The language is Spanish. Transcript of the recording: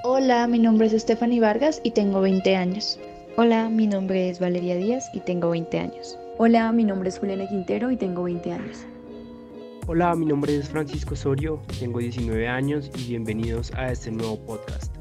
Hola, mi nombre es Stephanie Vargas y tengo 20 años. Hola, mi nombre es Valeria Díaz y tengo 20 años. Hola, mi nombre es Juliana Quintero y tengo 20 años. Hola, mi nombre es Francisco Osorio, tengo 19 años y bienvenidos a este nuevo podcast.